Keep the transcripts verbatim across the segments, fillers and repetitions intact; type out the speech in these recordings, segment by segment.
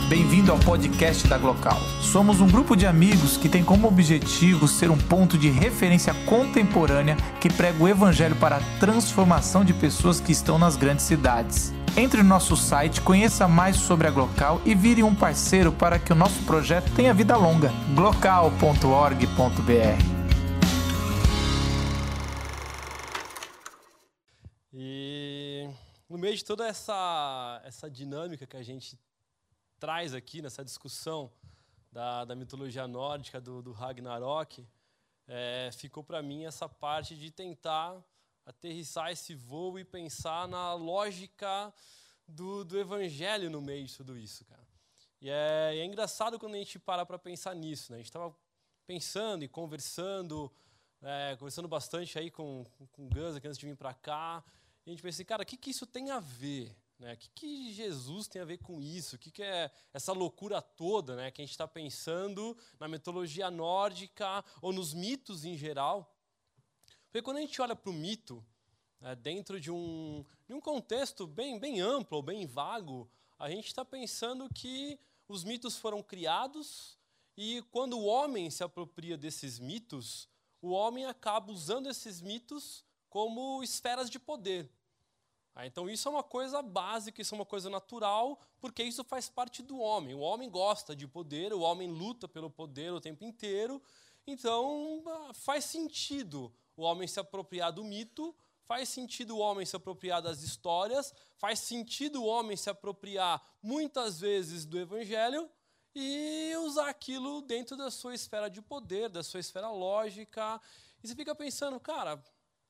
Bem-vindo ao podcast da Glocal. Somos um grupo de amigos que tem como objetivo ser um ponto de referência contemporânea que prega o evangelho para a transformação de pessoas que estão nas grandes cidades. Entre no nosso site, conheça mais sobre a Glocal e vire um parceiro para que o nosso projeto tenha vida longa. glocal ponto org ponto b r. E no meio de toda essa, essa dinâmica que a gente traz aqui nessa discussão da, da mitologia nórdica, do, do Ragnarok, é, ficou para mim essa parte de tentar aterrissar esse voo e pensar na lógica do, do evangelho no meio de tudo isso, cara. E é, é engraçado quando a gente para para pensar nisso, né? A gente estava pensando e conversando, é, conversando bastante aí com, com o Gus aqui antes de vir para cá, e a gente pensa, cara, o que, que isso tem a ver? Né? O que, que Jesus tem a ver com isso? O que, que é essa loucura toda, né, que a gente está pensando na mitologia nórdica ou nos mitos em geral? Porque quando a gente olha para o mito, né, dentro de um, de um contexto bem, bem amplo ou bem vago, a gente está pensando que os mitos foram criados e quando o homem se apropria desses mitos, o homem acaba usando esses mitos como esferas de poder. Então isso é uma coisa básica, isso é uma coisa natural, porque isso faz parte do homem. O homem gosta de poder, o homem luta pelo poder o tempo inteiro, então faz sentido o homem se apropriar do mito, faz sentido o homem se apropriar das histórias, faz sentido o homem se apropriar muitas vezes do evangelho e usar aquilo dentro da sua esfera de poder, da sua esfera lógica. E você fica pensando, cara,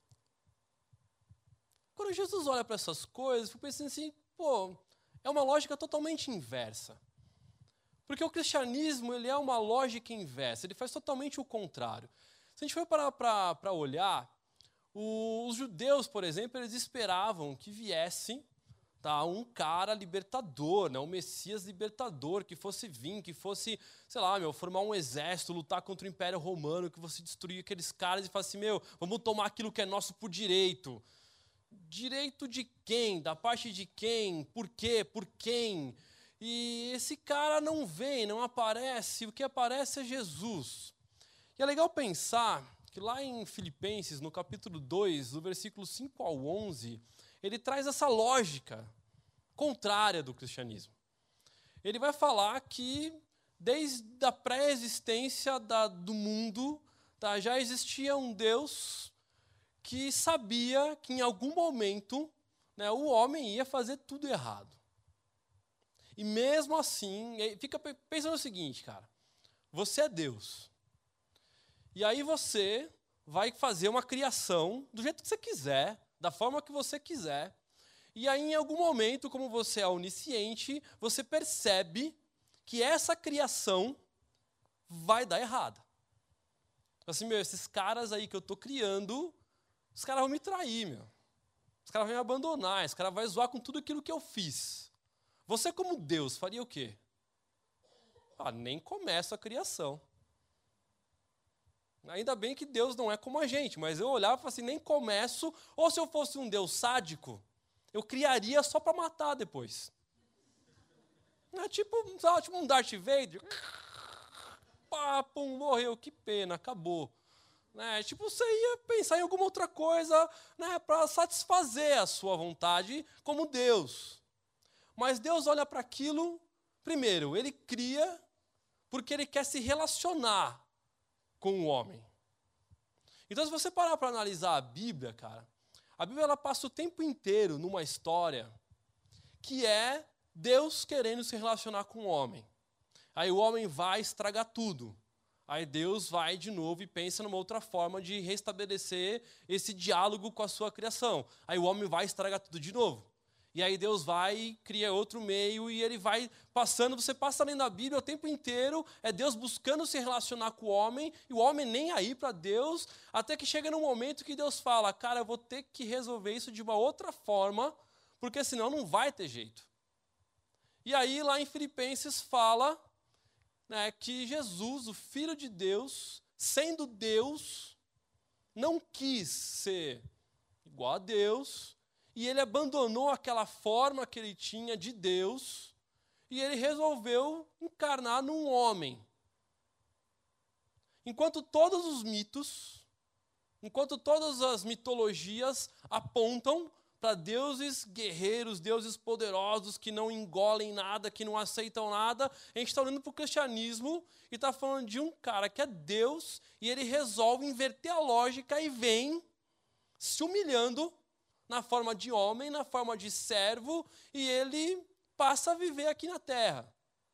quando Jesus olha para essas coisas, eu fico pensando assim, pô, é uma lógica totalmente inversa. Porque o cristianismo, ele é uma lógica inversa, ele faz totalmente o contrário. Se a gente for parar para olhar, os judeus, por exemplo, eles esperavam que viesse, tá, um cara libertador, né, um Messias libertador, que fosse vir, que fosse, sei lá, meu, formar um exército, lutar contra o Império Romano, que fosse destruir aqueles caras e falar assim, meu, vamos tomar aquilo que é nosso por direito. Direito de quem? Da parte de quem? Por quê? Por quem? E esse cara não vem, não aparece. O que aparece é Jesus. E é legal pensar que lá em Filipenses, no capítulo dois, do versículo cinco ao onze, ele traz essa lógica contrária do cristianismo. Ele vai falar que desde a pré-existência da, do mundo, tá, já existia um Deus que sabia que em algum momento, né, o homem ia fazer tudo errado. E mesmo assim, fica pensando o seguinte, cara, você é Deus. E aí você vai fazer uma criação do jeito que você quiser, da forma que você quiser. E aí em algum momento, como você é onisciente, você percebe que essa criação vai dar errado. Assim, meu, esses caras aí que eu estou criando, os caras vão me trair, meu. Os caras vão me abandonar, os caras vão zoar com tudo aquilo que eu fiz. Você, como Deus, faria o quê? Ah, nem começa a criação. Ainda bem que Deus não é como a gente, mas eu olhava e falava assim, nem começo, ou se eu fosse um Deus sádico, eu criaria só para matar depois. É tipo, sabe, tipo um Darth Vader. Pá, pum, morreu, que pena, acabou. Né, tipo, você ia pensar em alguma outra coisa, né, para satisfazer a sua vontade como Deus. Mas Deus olha para aquilo, primeiro, ele cria porque ele quer se relacionar com o homem. Então, se você parar para analisar a Bíblia, cara, a Bíblia ela passa o tempo inteiro numa história que é Deus querendo se relacionar com o homem. Aí o homem vai estragar tudo. Aí Deus vai de novo e pensa numa outra forma de restabelecer esse diálogo com a sua criação. Aí o homem vai estragar tudo de novo. E aí Deus vai e cria outro meio e ele vai passando, você passa lendo a Bíblia o tempo inteiro, é Deus buscando se relacionar com o homem, e o homem nem aí para Deus, até que chega num momento que Deus fala, cara, eu vou ter que resolver isso de uma outra forma, porque senão não vai ter jeito. E aí lá em Filipenses fala, né, que Jesus, o Filho de Deus, sendo Deus, não quis ser igual a Deus, e ele abandonou aquela forma que ele tinha de Deus, e ele resolveu encarnar num homem. Enquanto todos os mitos, enquanto todas as mitologias apontam para deuses guerreiros, deuses poderosos que não engolem nada, que não aceitam nada, a gente está olhando para o cristianismo e está falando de um cara que é Deus e ele resolve inverter a lógica e vem se humilhando na forma de homem, na forma de servo, e ele passa a viver aqui na terra.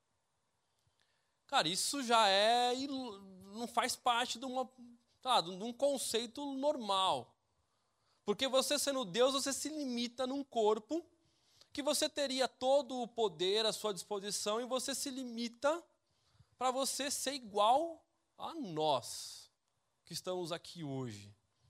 Cara, isso já é, não faz parte de, uma, tá, de um conceito normal. Porque você sendo Deus, você se limita num corpo que você teria todo o poder à sua disposição e você se limita para você ser igual a nós que estamos aqui hoje.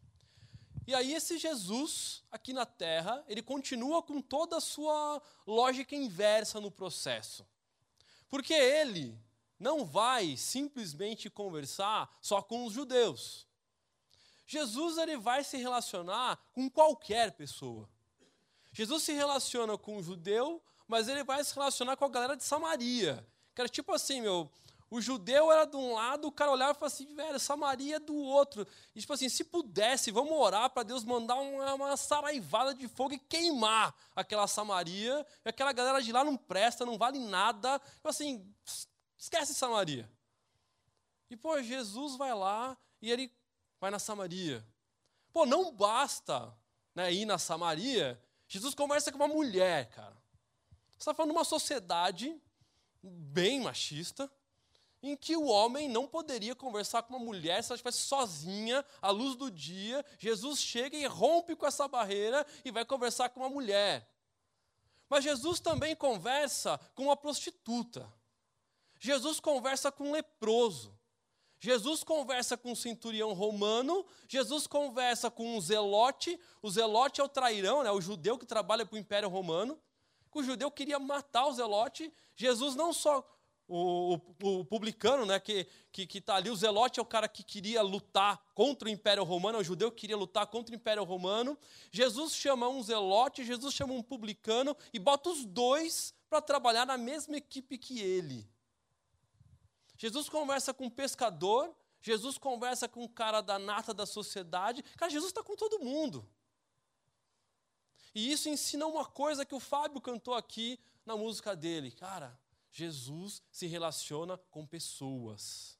E aí esse Jesus, aqui na Terra, ele continua com toda a sua lógica inversa no processo. Porque ele não vai simplesmente conversar só com os judeus. Jesus ele vai se relacionar com qualquer pessoa. Jesus se relaciona com o judeu, mas ele vai se relacionar com a galera de Samaria. Que era tipo assim, meu... O judeu era de um lado, o cara olhava e falava assim, velho, Samaria é do outro. E tipo assim, se pudesse, vamos orar para Deus mandar uma, uma saraivada de fogo e queimar aquela Samaria. E aquela galera de lá não presta, não vale nada. Tipo assim, esquece Samaria. E, pô, Jesus vai lá e ele vai na Samaria. Pô, não basta, né, ir na Samaria, Jesus conversa com uma mulher, cara. Você está falando de uma sociedade bem machista, em que o homem não poderia conversar com uma mulher se ela estivesse sozinha, à luz do dia. Jesus chega e rompe com essa barreira e vai conversar com uma mulher. Mas Jesus também conversa com uma prostituta. Jesus conversa com um leproso. Jesus conversa com um centurião romano. Jesus conversa com um zelote. O zelote é o trairão, né, o judeu que trabalha para o Império Romano. O judeu queria matar o zelote. Jesus não só... O, o, o publicano, né, que está que, que ali, o zelote é o cara que queria lutar contra o Império Romano, é o judeu que queria lutar contra o Império Romano. Jesus chama um zelote, Jesus chama um publicano e bota os dois para trabalhar na mesma equipe que ele. Jesus conversa com um pescador, Jesus conversa com um cara da nata da sociedade. Cara, Jesus está com todo mundo. E isso ensina uma coisa que o Fábio cantou aqui na música dele. Cara, Jesus se relaciona com pessoas.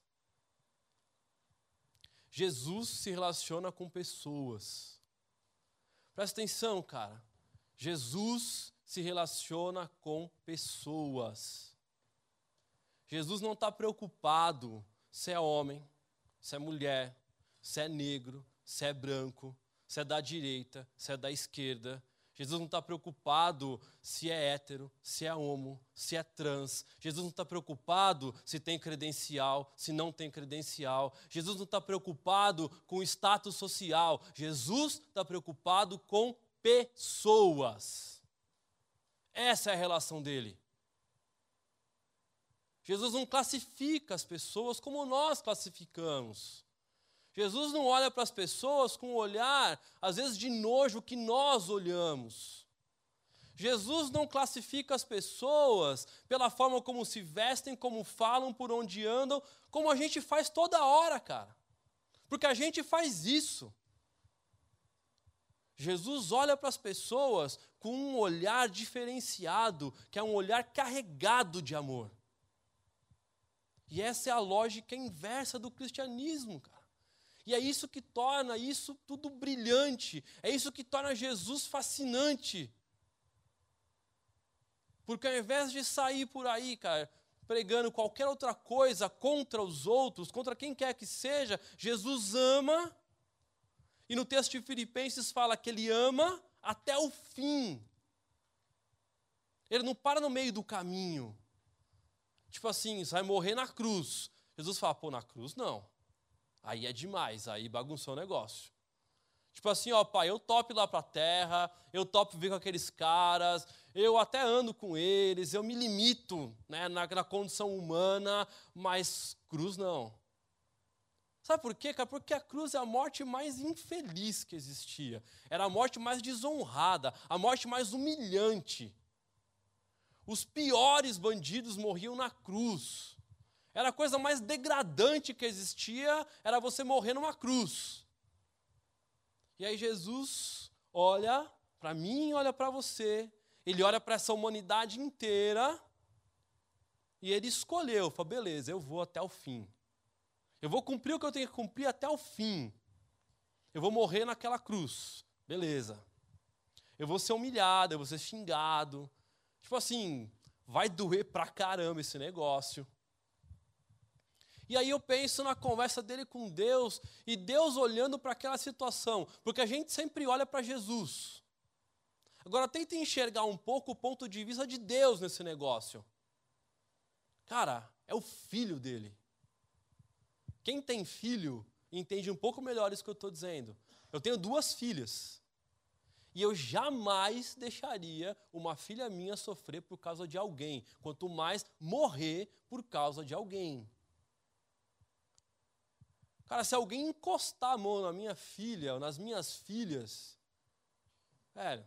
Jesus se relaciona com pessoas. Presta atenção, cara. Jesus se relaciona com pessoas. Jesus não está preocupado se é homem, se é mulher, se é negro, se é branco, se é da direita, se é da esquerda. Jesus não está preocupado se é hétero, se é homo, se é trans. Jesus não está preocupado se tem credencial, se não tem credencial. Jesus não está preocupado com o status social. Jesus está preocupado com pessoas. Essa é a relação dele. Jesus não classifica as pessoas como nós classificamos. Jesus não olha para as pessoas com um olhar, às vezes, de nojo que nós olhamos. Jesus não classifica as pessoas pela forma como se vestem, como falam, por onde andam, como a gente faz toda hora, cara. Porque a gente faz isso. Jesus olha para as pessoas com um olhar diferenciado, que é um olhar carregado de amor. E essa é a lógica inversa do cristianismo, cara. E é isso que torna isso tudo brilhante. É isso que torna Jesus fascinante. Porque ao invés de sair por aí, cara, pregando qualquer outra coisa contra os outros, contra quem quer que seja, Jesus ama. E no texto de Filipenses fala que ele ama até o fim. Ele não para no meio do caminho. Tipo assim, você vai morrer na cruz. Jesus fala, pô, na cruz não. Aí é demais, aí bagunçou o negócio. Tipo assim, ó, pai, eu topo ir lá pra terra, eu topo vir com aqueles caras, eu até ando com eles, eu me limito, né, na, na condição humana, mas cruz não. Sabe por quê, cara? Porque a cruz é a morte mais infeliz que existia. Era a morte mais desonrada, a morte mais humilhante. Os piores bandidos morriam na cruz. Era a coisa mais degradante que existia, era você morrer numa cruz. E aí Jesus olha para mim, olha para você, ele olha para essa humanidade inteira e ele escolheu, falou, beleza, eu vou até o fim. Eu vou cumprir o que eu tenho que cumprir até o fim. Eu vou morrer naquela cruz, beleza. Eu vou ser humilhado, eu vou ser xingado. Tipo assim, vai doer pra caramba esse negócio. E aí eu penso na conversa dele com Deus, e Deus olhando para aquela situação, porque a gente sempre olha para Jesus. Agora tenta enxergar um pouco o ponto de vista de Deus nesse negócio. Cara, é o filho dele. Quem tem filho entende um pouco melhor isso que eu estou dizendo. Eu tenho duas filhas. E eu jamais deixaria uma filha minha sofrer por causa de alguém, quanto mais morrer por causa de alguém. Cara, se alguém encostar a mão na minha filha ou nas minhas filhas, velho,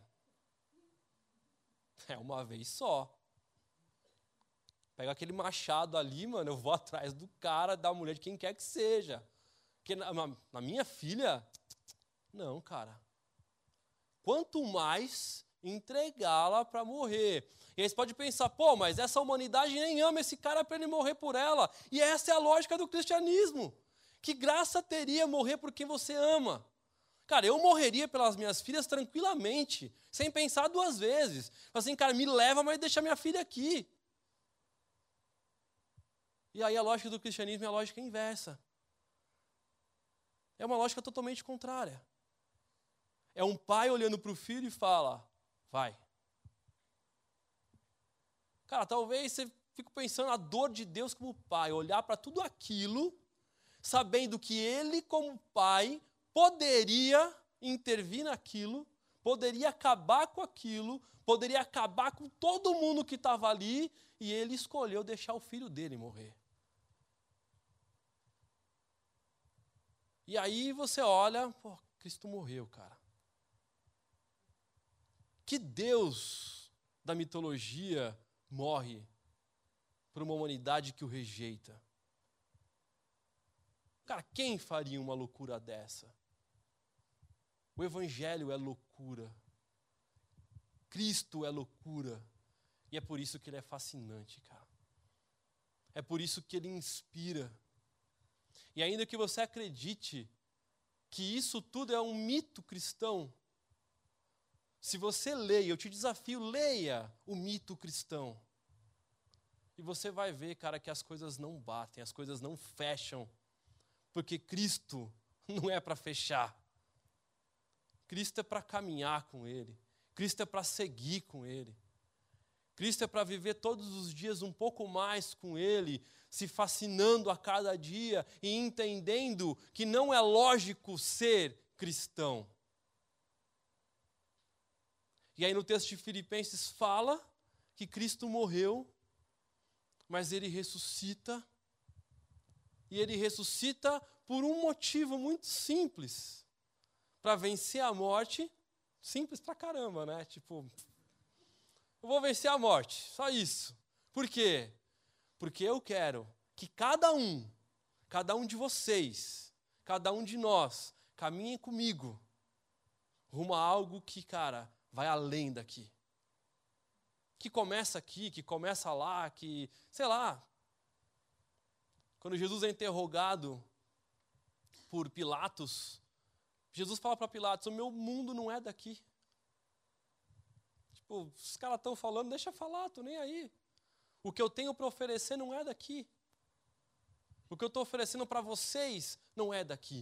é uma vez só. Pega aquele machado ali, mano, eu vou atrás do cara, da mulher, de quem quer que seja. Porque na, na minha filha, não, cara. Quanto mais entregá-la para morrer. E aí você pode pensar, pô, mas essa humanidade nem ama esse cara para ele morrer por ela. E essa é a lógica do cristianismo. Que graça teria morrer por quem você ama? Cara, eu morreria pelas minhas filhas tranquilamente, sem pensar duas vezes. Assim, cara, me leva, mas deixa minha filha aqui. E aí a lógica do cristianismo é a lógica inversa. É uma lógica totalmente contrária. É um pai olhando para o filho e fala, vai. Cara, talvez você fique pensando a dor de Deus como pai, olhar para tudo aquilo, sabendo que ele, como pai, poderia intervir naquilo, poderia acabar com aquilo, poderia acabar com todo mundo que estava ali, e ele escolheu deixar o filho dele morrer. E aí você olha, pô, Cristo morreu, cara. Que Deus da mitologia morre por uma humanidade que o rejeita? Cara, quem faria uma loucura dessa? O Evangelho é loucura. Cristo é loucura. E é por isso que ele é fascinante, cara. É por isso que ele inspira. E ainda que você acredite que isso tudo é um mito cristão, se você lê, eu te desafio, leia o mito cristão. E você vai ver, cara, que as coisas não batem, as coisas não fecham. Porque Cristo não é para fechar. Cristo é para caminhar com Ele. Cristo é para seguir com Ele. Cristo é para viver todos os dias um pouco mais com Ele, se fascinando a cada dia e entendendo que não é lógico ser cristão. E aí no texto de Filipenses fala que Cristo morreu, mas Ele ressuscita. E Ele ressuscita por um motivo muito simples. Para vencer a morte, simples pra caramba, né? Tipo, eu vou vencer a morte, só isso. Por quê? Porque eu quero que cada um, cada um de vocês, cada um de nós, caminhe comigo rumo a algo que, cara, vai além daqui. Que começa aqui, que começa lá, que, sei lá. Quando Jesus é interrogado por Pilatos, Jesus fala para Pilatos, o meu mundo não é daqui. Tipo, os caras estão falando, deixa eu falar, tô nem aí. O que eu tenho para oferecer não é daqui. O que eu estou oferecendo para vocês não é daqui.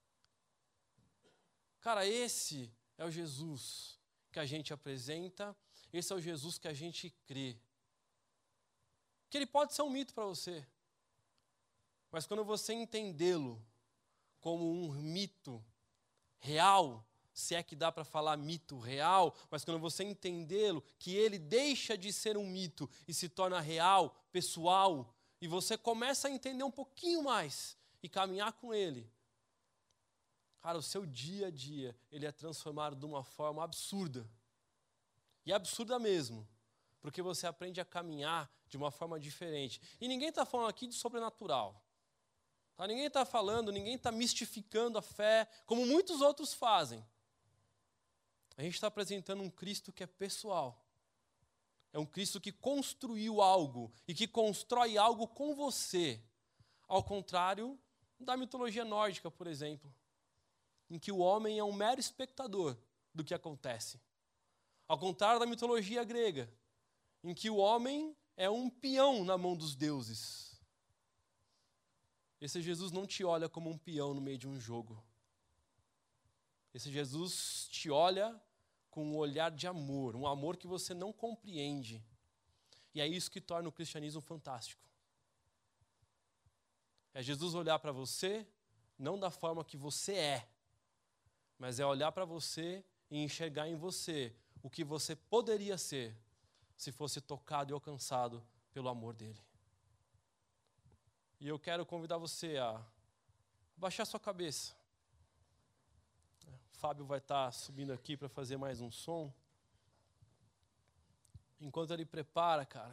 Cara, esse é o Jesus que a gente apresenta, esse é o Jesus que a gente crê. Que ele pode ser um mito para você, mas quando você entendê-lo como um mito real, se é que dá para falar mito real, mas quando você entendê-lo, que ele deixa de ser um mito e se torna real, pessoal, e você começa a entender um pouquinho mais e caminhar com ele, cara, o seu dia a dia, ele é transformado de uma forma absurda. E é absurda mesmo, porque você aprende a caminhar de uma forma diferente. E ninguém está falando aqui de sobrenatural. Tá? Ninguém está falando, ninguém está mistificando a fé, como muitos outros fazem. A gente está apresentando um Cristo que é pessoal. É um Cristo que construiu algo e que constrói algo com você. Ao contrário da mitologia nórdica, por exemplo, em que o homem é um mero espectador do que acontece. Ao contrário da mitologia grega, em que o homem é um peão na mão dos deuses. Esse Jesus não te olha como um peão no meio de um jogo. Esse Jesus te olha com um olhar de amor, um amor que você não compreende. E é isso que torna o cristianismo fantástico. É Jesus olhar para você, não da forma que você é, mas é olhar para você e enxergar em você o que você poderia ser se fosse tocado e alcançado pelo amor dele. E eu quero convidar você a baixar sua cabeça. O Fábio vai estar subindo aqui para fazer mais um som. Enquanto ele prepara, cara,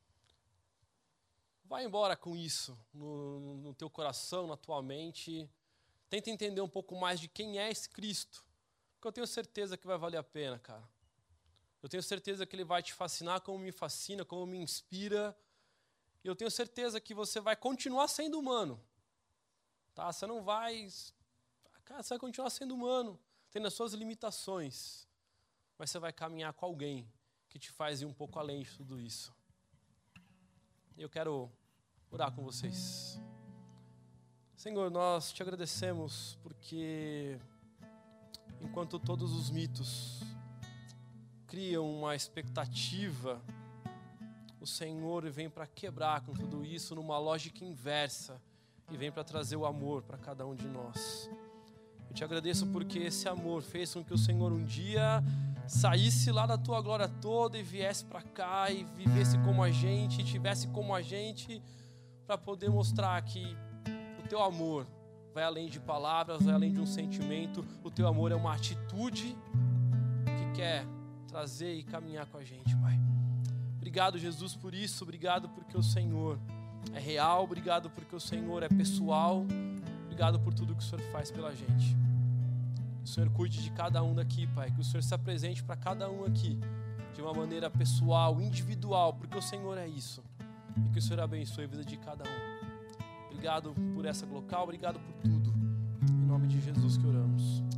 vai embora com isso no, no teu coração, na tua mente. Tenta entender um pouco mais de quem é esse Cristo. Porque eu tenho certeza que vai valer a pena, cara. Eu tenho certeza que ele vai te fascinar como me fascina, como me inspira. E eu tenho certeza que você vai continuar sendo humano. Tá? Você não vai... Cara, você vai continuar sendo humano, tendo as suas limitações. Mas você vai caminhar com alguém que te faz ir um pouco além de tudo isso. Eu quero orar com vocês. Senhor, nós te agradecemos porque enquanto todos os mitos criam uma expectativa, o Senhor vem para quebrar com tudo isso numa lógica inversa e vem para trazer o amor para cada um de nós. Eu te agradeço porque esse amor fez com que o Senhor um dia saísse lá da tua glória toda e viesse para cá e vivesse como a gente, tivesse como a gente, para poder mostrar que o teu amor vai além de palavras, vai além de um sentimento. O teu amor é uma atitude que quer trazer e caminhar com a gente, Pai. Obrigado, Jesus, por isso. Obrigado porque o Senhor é real. Obrigado porque o Senhor é pessoal. Obrigado por tudo que o Senhor faz pela gente. Que o Senhor cuide de cada um daqui, Pai. Que o Senhor se apresente para cada um aqui de uma maneira pessoal, individual, porque o Senhor é isso. E que o Senhor abençoe a vida de cada um. Obrigado por essa local, obrigado por tudo. Em nome de Jesus que oramos.